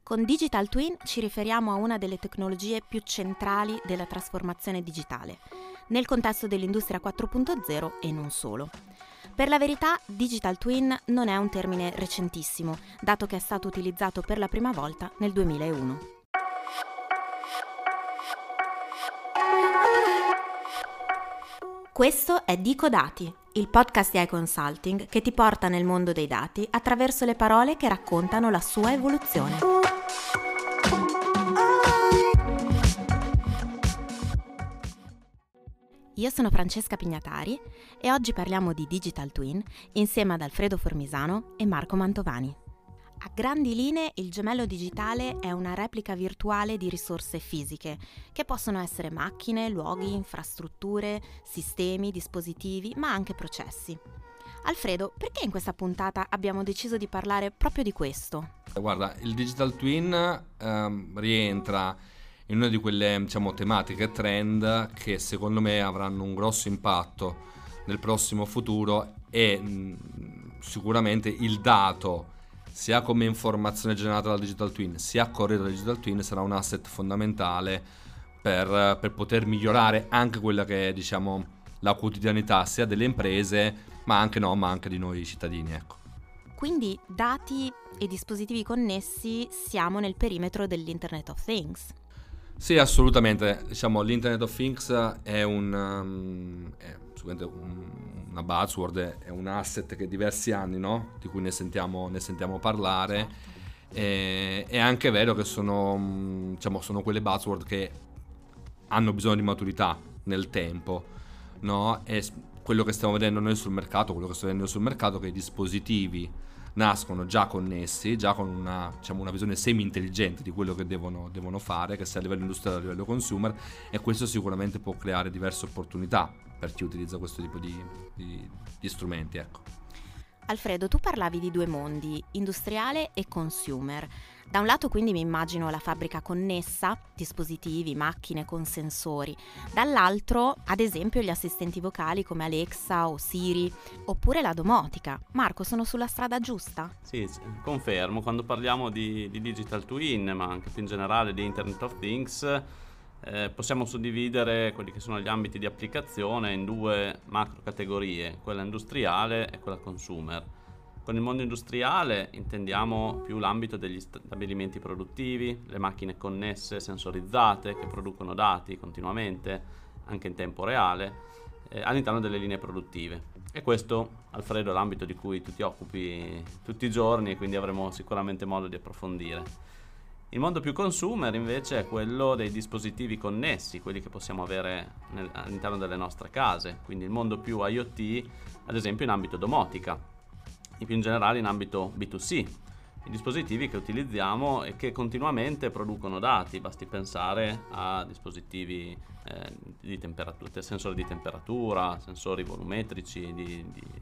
Con Digital Twin ci riferiamo a una delle tecnologie più centrali della trasformazione digitale, nel contesto dell'industria 4.0 e non solo. Per la verità, Digital Twin non è un termine recentissimo, dato che è stato utilizzato per la prima volta nel 2001. Questo è Dico Dati, il podcast di iConsulting che ti porta nel mondo dei dati attraverso le parole che raccontano la sua evoluzione. Io sono Francesca Pignatari e oggi parliamo di Digital Twin insieme ad Alfredo Formisano e Marco Mantovani. A grandi linee il gemello digitale è una replica virtuale di risorse fisiche, che possono essere macchine, luoghi, infrastrutture, sistemi, dispositivi, ma anche processi. Alfredo, perché in questa puntata abbiamo deciso di parlare proprio di questo? Guarda, il Digital Twin rientra in una di quelle tematiche e trend che secondo me avranno un grosso impatto nel prossimo futuro e sicuramente il dato, sia come informazione generata dal Digital Twin, sia correta dal Digital Twin, sarà un asset fondamentale per poter migliorare anche quella che è la quotidianità sia delle imprese ma anche di noi cittadini, ecco. Quindi dati e dispositivi connessi siamo nel perimetro dell'Internet of Things. Sì, assolutamente. L'Internet of Things è una buzzword, è un asset che diversi anni, no? Di cui ne sentiamo parlare. È anche vero che sono quelle buzzword che hanno bisogno di maturità nel tempo, no? E quello che stiamo vedendo noi sul mercato, che i dispositivi nascono già connessi, già con una visione semi-intelligente di quello che devono fare, che sia a livello industriale o a livello consumer, e questo sicuramente può creare diverse opportunità per chi utilizza questo tipo di strumenti, ecco. Alfredo, tu parlavi di due mondi, industriale e consumer. Da un lato quindi mi immagino la fabbrica connessa, dispositivi, macchine con sensori. Dall'altro, ad esempio, gli assistenti vocali come Alexa o Siri, oppure la domotica. Marco, sono sulla strada giusta? Sì, confermo. Quando parliamo di Digital Twin, ma anche più in generale di Internet of Things, possiamo suddividere quelli che sono gli ambiti di applicazione in due macro categorie, quella industriale e quella consumer. Con il mondo industriale intendiamo più l'ambito degli stabilimenti produttivi, le macchine connesse, sensorizzate, che producono dati continuamente, anche in tempo reale, all'interno delle linee produttive. E questo, Alfredo, è l'ambito di cui tu ti occupi tutti i giorni e quindi avremo sicuramente modo di approfondire. Il mondo più consumer invece è quello dei dispositivi connessi, quelli che possiamo avere all'interno delle nostre case, quindi il mondo più IoT, ad esempio in ambito domotica, e più in generale in ambito B2C, i dispositivi che utilizziamo e che continuamente producono dati. Basti pensare a dispositivi di temperatura, sensori di temperatura, sensori volumetrici, di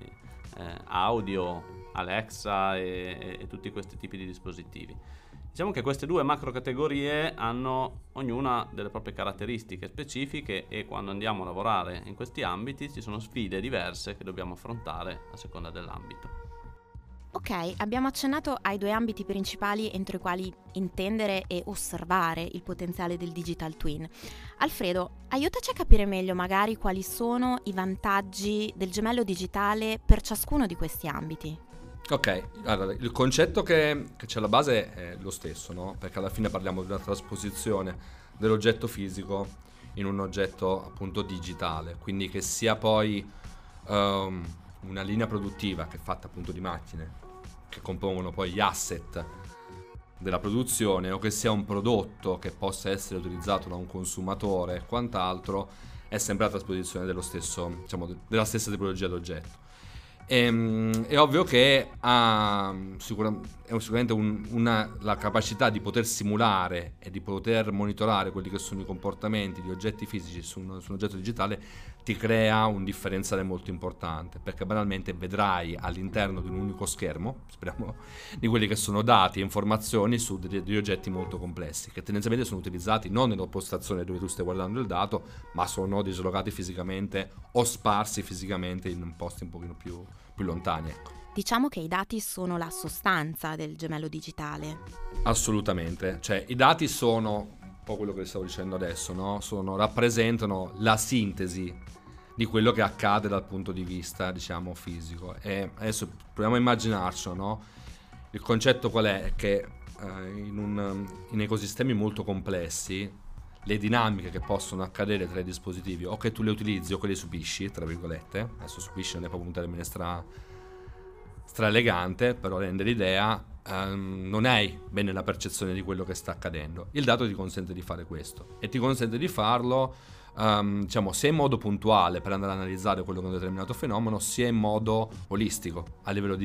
audio, Alexa e tutti questi tipi di dispositivi. Diciamo che queste due macro categorie hanno ognuna delle proprie caratteristiche specifiche e quando andiamo a lavorare in questi ambiti ci sono sfide diverse che dobbiamo affrontare a seconda dell'ambito. Ok, abbiamo accennato ai due ambiti principali entro i quali intendere e osservare il potenziale del Digital Twin. Alfredo, aiutaci a capire meglio magari quali sono i vantaggi del gemello digitale per ciascuno di questi ambiti. Ok, allora, il concetto che c'è alla base è lo stesso, no? Perché alla fine parliamo di una trasposizione dell'oggetto fisico in un oggetto appunto digitale, quindi che sia poi una linea produttiva che è fatta appunto di macchine che compongono poi gli asset della produzione, o che sia un prodotto che possa essere utilizzato da un consumatore e quant'altro, è sempre la trasposizione dello stesso, della stessa tipologia d'oggetto. È ovvio che ha sicuramente la capacità di poter simulare e di poter monitorare quelli che sono i comportamenti di oggetti fisici su un oggetto digitale. Ti crea un differenziale molto importante, perché banalmente vedrai all'interno di un unico schermo, speriamo, di quelli che sono dati e informazioni su degli oggetti molto complessi, che tendenzialmente sono utilizzati non nella postazione dove tu stai guardando il dato, ma sono dislocati fisicamente o sparsi fisicamente in posti un pochino più lontani, ecco. Diciamo che i dati sono la sostanza del gemello digitale. Assolutamente, cioè i dati sono un po' quello che stavo dicendo adesso, no? Rappresentano la sintesi di quello che accade dal punto di vista, diciamo, fisico. E adesso proviamo a immaginarcelo, no? Il concetto qual è? Che in ecosistemi molto complessi le dinamiche che possono accadere tra i dispositivi, o che tu le utilizzi o che le subisci, tra virgolette, adesso subisci non è proprio un termine stra elegante, però rende l'idea, non hai bene la percezione di quello che sta accadendo. Il dato ti consente di fare questo e ti consente di farlo diciamo sia in modo puntuale per andare ad analizzare quello che è un determinato fenomeno, sia in modo olistico a livello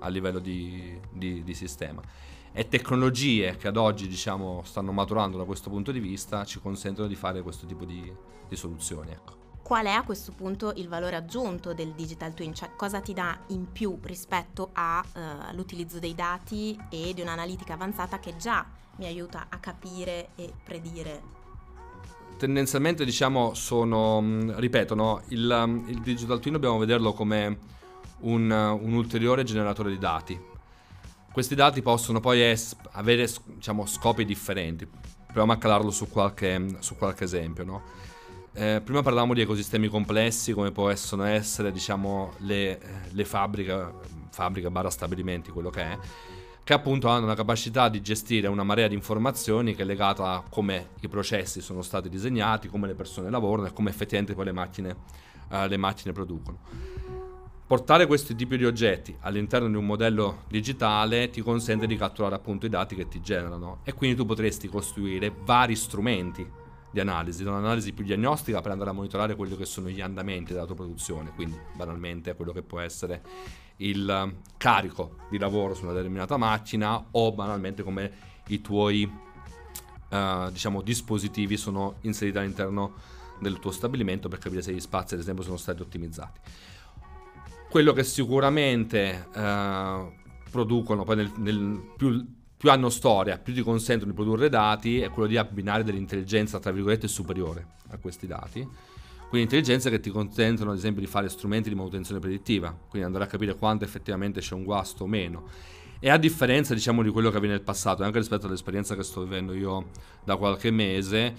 di sistema. E tecnologie che ad oggi, diciamo, stanno maturando da questo punto di vista ci consentono di fare questo tipo di soluzioni, ecco. Qual è a questo punto il valore aggiunto del digital twin? Cioè cosa ti dà in più rispetto all'utilizzo dei dati e di un'analitica avanzata che già mi aiuta a capire e predire? Tendenzialmente, diciamo, ripeto, no? Il digital twin dobbiamo vederlo come un ulteriore generatore di dati. Questi dati possono poi avere, diciamo, scopi differenti. Proviamo a calarlo su qualche esempio, no? Prima parlavamo di ecosistemi complessi come possono essere, diciamo, le fabbriche / stabilimenti, quello che appunto hanno la capacità di gestire una marea di informazioni che è legata a come i processi sono stati disegnati, come le persone lavorano e come effettivamente poi le macchine producono. Portare questi tipi di oggetti all'interno di un modello digitale ti consente di catturare appunto i dati che ti generano, e quindi tu potresti costruire vari strumenti di analisi, da un'analisi più diagnostica per andare a monitorare quelli che sono gli andamenti della tua produzione, quindi banalmente quello che può essere il carico di lavoro su una determinata macchina, o banalmente come i tuoi diciamo dispositivi sono inseriti all'interno del tuo stabilimento, per capire se gli spazi ad esempio sono stati ottimizzati. Quello che sicuramente producono poi più hanno storia, più ti consentono di produrre dati, è quello di abbinare dell'intelligenza tra virgolette superiore a questi dati. Quindi intelligenze che ti consentono ad esempio di fare strumenti di manutenzione predittiva, quindi andare a capire quanto effettivamente c'è un guasto o meno. E a differenza, diciamo, di quello che avviene nel passato, anche rispetto all'esperienza che sto vivendo io da qualche mese,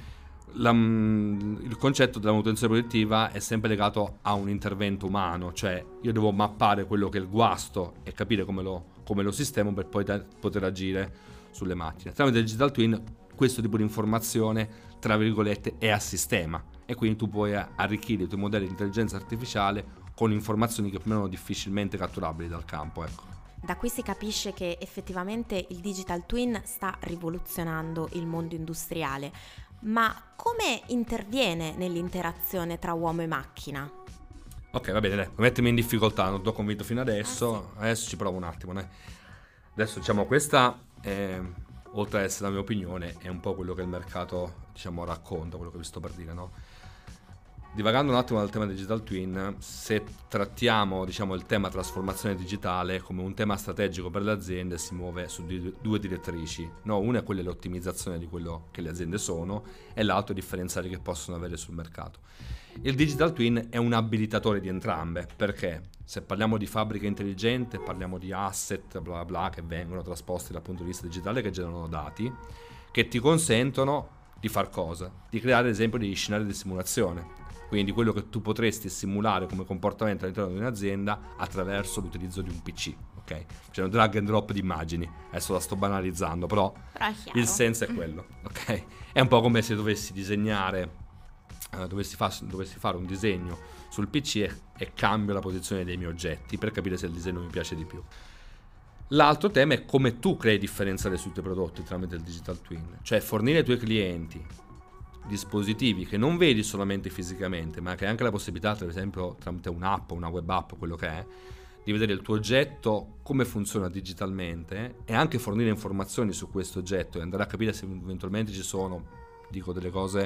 il concetto della manutenzione predittiva è sempre legato a un intervento umano, cioè io devo mappare quello che è il guasto e capire come lo sistemo per poi poter agire sulle macchine. Tramite il digital twin questo tipo di informazione, tra virgolette, è a sistema, e quindi tu puoi arricchire i tuoi modelli di intelligenza artificiale con informazioni che sono difficilmente catturabili dal campo, ecco. Da qui si capisce che effettivamente il digital twin sta rivoluzionando il mondo industriale, ma come interviene nell'interazione tra uomo e macchina? Ok, va bene, dai, mettermi in difficoltà, non ti ho convinto fino adesso, sì. Adesso ci provo un attimo, dai. Adesso, diciamo, questa è, oltre ad essere la mia opinione, è un po' quello che il mercato, diciamo, racconta, quello che vi sto per dire, no? Divagando un attimo dal tema digital twin, se trattiamo, diciamo, il tema trasformazione digitale come un tema strategico per le aziende, si muove su due direttrici, no? Una è quella dell'ottimizzazione di quello che le aziende sono, e l'altro è differenziali che possono avere sul mercato. Il digital twin è un abilitatore di entrambe, perché se parliamo di fabbrica intelligente parliamo di asset bla bla che vengono trasposti dal punto di vista digitale, che generano dati che ti consentono di far cosa? Di creare ad esempio degli scenari di simulazione, quindi quello che tu potresti simulare come comportamento all'interno di un'azienda attraverso l'utilizzo di un PC, ok? Cioè un drag and drop di immagini, adesso la sto banalizzando, però il senso è quello, ok? È un po' come se dovessi disegnare, dovessi fare un disegno sul PC e cambio la posizione dei miei oggetti per capire se il disegno mi piace di più. L'altro tema è come tu crei differenziale sui tuoi prodotti tramite il digital twin, cioè fornire ai tuoi clienti dispositivi che non vedi solamente fisicamente, ma che hai anche la possibilità, ad esempio tramite un'app, una web app, quello che è, di vedere il tuo oggetto come funziona digitalmente, e anche fornire informazioni su questo oggetto e andare a capire se eventualmente ci sono, dico, delle cose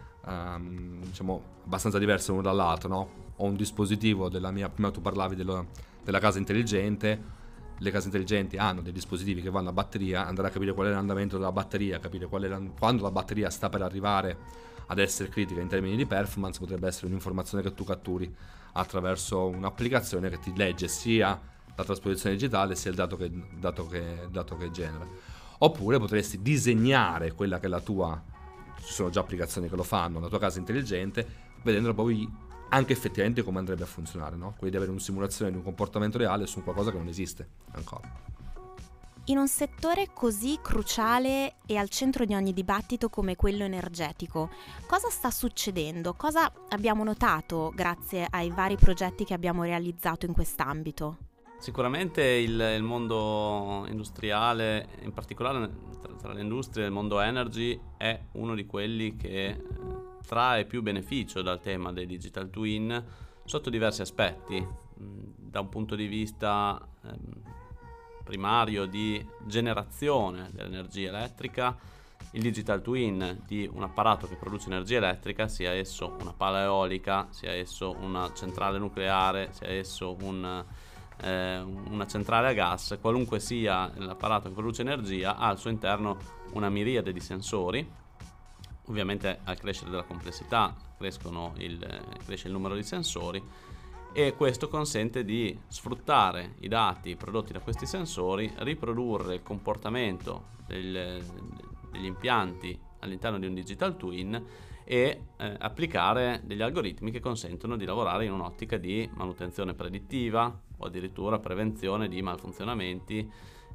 diciamo abbastanza diverse l'uno dall'altro, no? Ho un dispositivo prima tu parlavi della casa intelligente. Le case intelligenti hanno dei dispositivi che vanno a batteria, andare a capire qual è l'andamento della batteria, capire quando la batteria sta per arrivare ad essere critica in termini di performance, potrebbe essere un'informazione che tu catturi attraverso un'applicazione che ti legge sia la trasposizione digitale sia il dato che genera. Oppure potresti disegnare quella che è la tua, ci sono già applicazioni che lo fanno, la tua casa intelligente, vedendo poi anche effettivamente come andrebbe a funzionare, no? Quindi di avere una simulazione di un comportamento reale su qualcosa che non esiste ancora. In un settore così cruciale e al centro di ogni dibattito come quello energetico, cosa sta succedendo? Cosa abbiamo notato grazie ai vari progetti che abbiamo realizzato in quest'ambito? Sicuramente il mondo industriale, in particolare tra le industrie, il mondo energy, è uno di quelli che trae più beneficio dal tema dei digital twin sotto diversi aspetti. Da un punto di vista primario di generazione dell'energia elettrica, il digital twin di un apparato che produce energia elettrica, sia esso una pala eolica, sia esso una centrale nucleare, sia esso una centrale a gas, qualunque sia l'apparato che produce energia, ha al suo interno una miriade di sensori. Ovviamente al crescere della complessità cresce il numero di sensori, e questo consente di sfruttare i dati prodotti da questi sensori, riprodurre il comportamento degli impianti all'interno di un digital twin e applicare degli algoritmi che consentono di lavorare in un'ottica di manutenzione predittiva o addirittura prevenzione di malfunzionamenti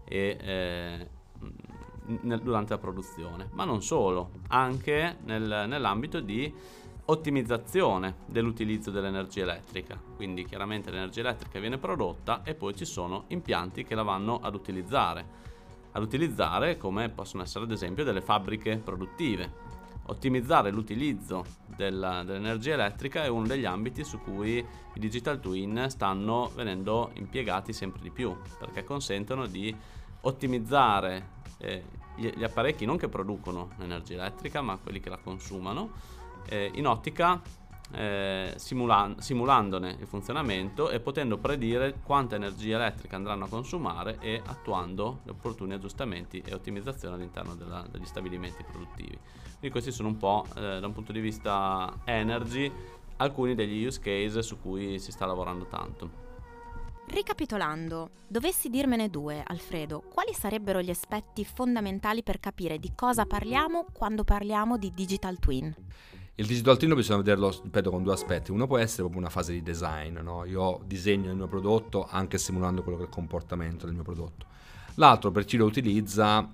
durante la produzione. Ma non solo, anche nell'ambito di ottimizzazione dell'utilizzo dell'energia elettrica. Quindi chiaramente l'energia elettrica viene prodotta e poi ci sono impianti che la vanno ad utilizzare, come possono essere ad esempio delle fabbriche produttive. Ottimizzare l'utilizzo dell'energia elettrica è uno degli ambiti su cui i digital twin stanno venendo impiegati sempre di più, perché consentono di ottimizzare gli apparecchi non che producono l'energia elettrica, ma quelli che la consumano, in ottica simulandone il funzionamento e potendo predire quanta energia elettrica andranno a consumare e attuando gli opportuni aggiustamenti e ottimizzazione all'interno degli stabilimenti produttivi. Quindi questi sono un po' da un punto di vista energy alcuni degli use case su cui si sta lavorando tanto. Ricapitolando, dovessi dirmene due, Alfredo, quali sarebbero gli aspetti fondamentali per capire di cosa parliamo quando parliamo di digital twin? Il digital twin bisogna vederlo, ripeto, con due aspetti. Uno può essere proprio una fase di design, no? Io disegno il mio prodotto anche simulando quello che è il comportamento del mio prodotto. L'altro, per chi lo utilizza,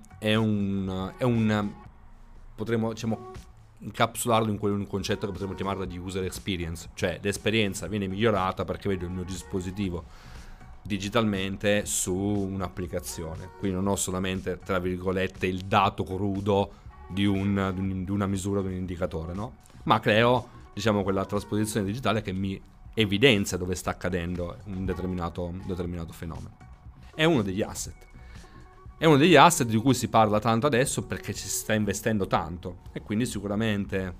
potremmo, diciamo, incapsularlo in un concetto che potremmo chiamarlo di user experience, cioè l'esperienza viene migliorata perché vedo il mio dispositivo digitalmente su un'applicazione. Quindi non ho solamente, tra virgolette, il dato crudo di una misura, di un indicatore, no? Ma creo, diciamo, quella trasposizione digitale che mi evidenzia dove sta accadendo un determinato fenomeno. È uno degli asset. È uno degli asset di cui si parla tanto adesso perché ci si sta investendo tanto, e quindi sicuramente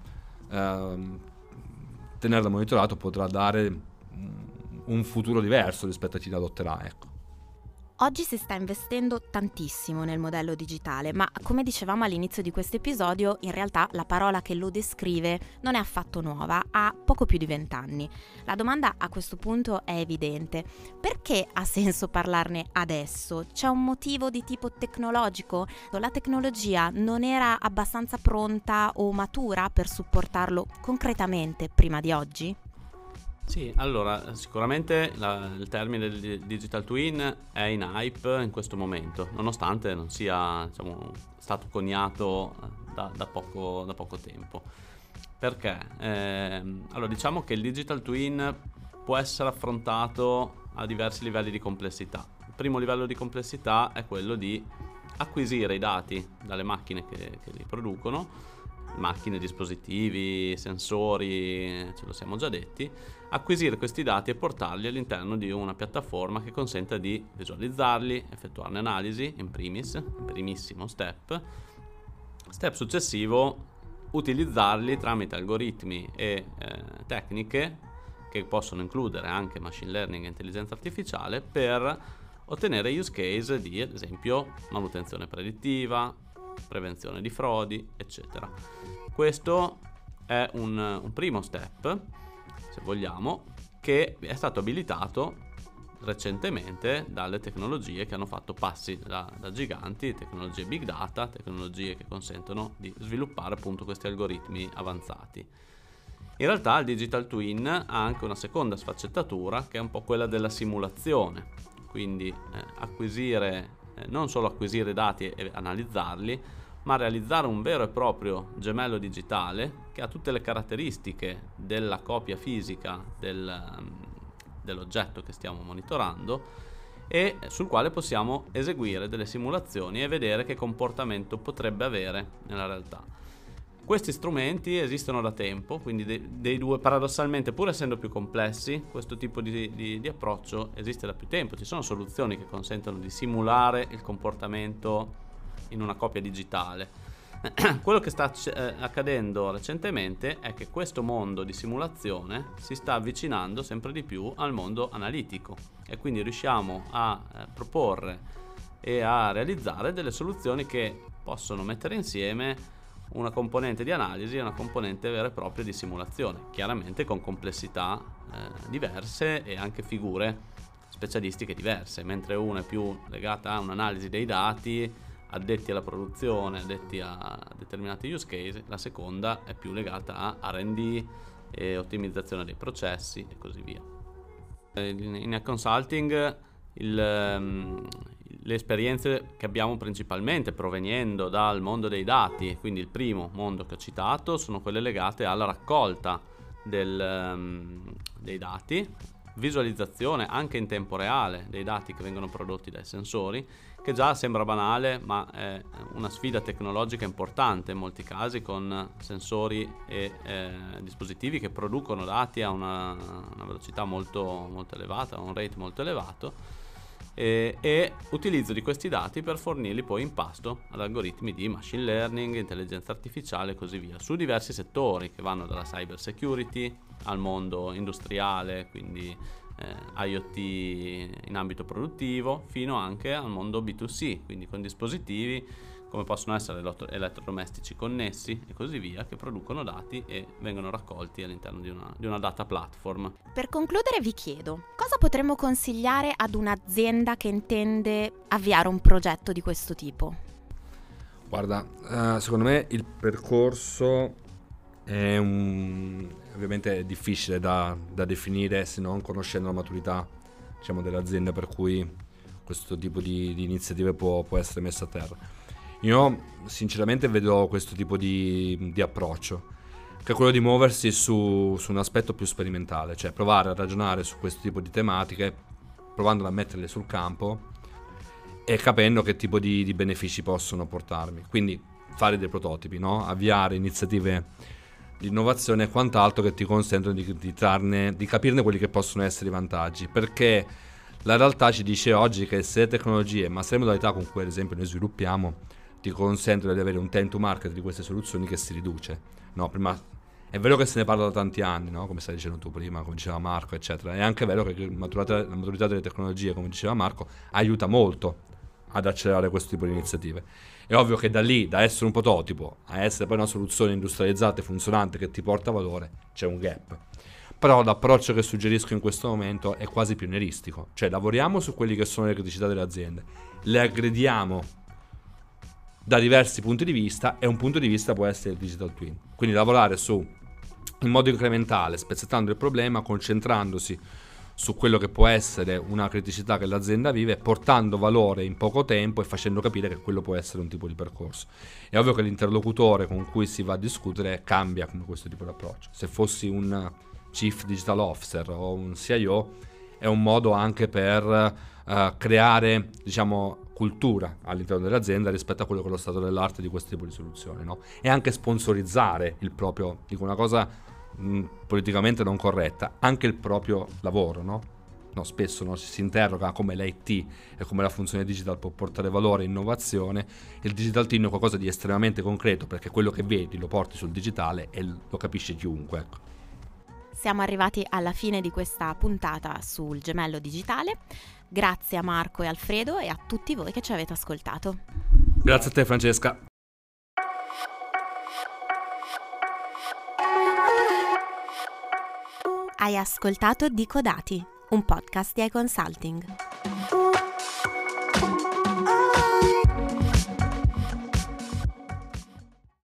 tenerlo monitorato potrà dare un futuro diverso rispetto a chi lo adotterà, ecco. Oggi si sta investendo tantissimo nel modello digitale, ma come dicevamo all'inizio di questo episodio, in realtà la parola che lo descrive non è affatto nuova, ha poco più di 20 anni. La domanda a questo punto è evidente: perché ha senso parlarne adesso? C'è un motivo di tipo tecnologico? La tecnologia non era abbastanza pronta o matura per supportarlo concretamente prima di oggi? Sì, allora sicuramente il termine del digital twin è in hype in questo momento, nonostante non sia, diciamo, stato coniato da poco tempo. Perché? Allora, diciamo che il digital twin può essere affrontato a diversi livelli di complessità. Il primo livello di complessità è quello di acquisire i dati dalle macchine che li producono, macchine, dispositivi, sensori, ce lo siamo già detti, acquisire questi dati e portarli all'interno di una piattaforma che consenta di visualizzarli, effettuarne analisi in primissimo step successivo, utilizzarli tramite algoritmi e tecniche che possono includere anche machine learning e intelligenza artificiale per ottenere use case di, ad esempio, manutenzione predittiva, prevenzione di frodi, eccetera. Questo è un primo step, se vogliamo, che è stato abilitato recentemente dalle tecnologie che hanno fatto passi da giganti, tecnologie big data, tecnologie che consentono di sviluppare appunto questi algoritmi avanzati. In realtà il digital twin ha anche una seconda sfaccettatura, che è un po' quella della simulazione, quindi non solo acquisire dati e analizzarli, ma realizzare un vero e proprio gemello digitale che ha tutte le caratteristiche della copia fisica dell'oggetto che stiamo monitorando e sul quale possiamo eseguire delle simulazioni e vedere che comportamento potrebbe avere nella realtà. Questi strumenti esistono da tempo, quindi dei due, paradossalmente, pur essendo più complessi, questo tipo di approccio esiste da più tempo. Ci sono soluzioni che consentono di simulare il comportamento in una copia digitale. Quello che sta accadendo recentemente è che questo mondo di simulazione si sta avvicinando sempre di più al mondo analitico e quindi riusciamo a proporre e a realizzare delle soluzioni che possono mettere insieme una componente di analisi e una componente vera e propria di simulazione, chiaramente con complessità diverse e anche figure specialistiche diverse, mentre una è più legata a un'analisi dei dati, addetti alla produzione, addetti a determinati use case, la seconda è più legata a R&D e ottimizzazione dei processi e così via. In consulting le esperienze che abbiamo principalmente proveniendo dal mondo dei dati, quindi il primo mondo che ho citato, sono quelle legate alla raccolta dei dati, visualizzazione anche in tempo reale dei dati che vengono prodotti dai sensori, che già sembra banale ma è una sfida tecnologica importante in molti casi, con sensori e dispositivi che producono dati a una velocità molto, molto elevata, a un rate molto elevato, e utilizzo di questi dati per fornirli poi in pasto ad algoritmi di machine learning, intelligenza artificiale e così via, su diversi settori che vanno dalla cyber security al mondo industriale, quindi IoT in ambito produttivo, fino anche al mondo B2C, quindi con dispositivi come possono essere elettrodomestici connessi e così via, che producono dati e vengono raccolti all'interno di una data platform. Per concludere vi chiedo, cosa potremmo consigliare ad un'azienda che intende avviare un progetto di questo tipo? Guarda, secondo me il percorso è ovviamente è difficile da definire se non conoscendo la maturità, diciamo, dell'azienda per cui questo tipo di iniziative può essere messa a terra. Io sinceramente vedo questo tipo di approccio, che è quello di muoversi su un aspetto più sperimentale, cioè provare a ragionare su questo tipo di tematiche, provando a metterle sul campo e capendo che tipo di benefici possono portarmi. Quindi fare dei prototipi, no? Avviare iniziative di innovazione e quant'altro che ti consentono di capirne quelli che possono essere i vantaggi, perché la realtà ci dice oggi che se le tecnologie, ma se le modalità con cui ad esempio noi sviluppiamo ti consentono di avere un time to market di queste soluzioni che si riduce, no? Prima è vero che se ne parla da tanti anni, no? Come stai dicendo tu prima, come diceva Marco, eccetera. È anche vero che la maturità delle tecnologie, come diceva Marco, aiuta molto ad accelerare questo tipo di iniziative. È ovvio che da lì, da essere un prototipo a essere poi una soluzione industrializzata e funzionante che ti porta valore, c'è un gap. Però l'approccio che suggerisco in questo momento è quasi pionieristico, cioè lavoriamo su quelli che sono le criticità delle aziende, le aggrediamo da diversi punti di vista, e un punto di vista può essere il digital twin, quindi lavorare in modo incrementale, spezzettando il problema, concentrandosi su quello che può essere una criticità che l'azienda vive, portando valore in poco tempo e facendo capire che quello può essere un tipo di percorso. È ovvio che l'interlocutore con cui si va a discutere cambia come questo tipo di approccio. Se fossi un Chief Digital Officer o un CIO è un modo anche per creare, diciamo, cultura all'interno dell'azienda rispetto a quello che è lo stato dell'arte di questo tipo di soluzioni, no? E anche sponsorizzare il proprio, dico una cosa politicamente non corretta, anche il proprio lavoro, no? No, spesso no, si interroga come l'IT e come la funzione digital può portare valore e innovazione. Il digital twin è qualcosa di estremamente concreto, perché quello che vedi lo porti sul digitale e lo capisce chiunque, ecco. Siamo arrivati alla fine di questa puntata sul gemello digitale. Grazie a Marco e Alfredo e a tutti voi che ci avete ascoltato. Grazie a te, Francesca. Hai ascoltato Dico Dati, un podcast di iConsulting.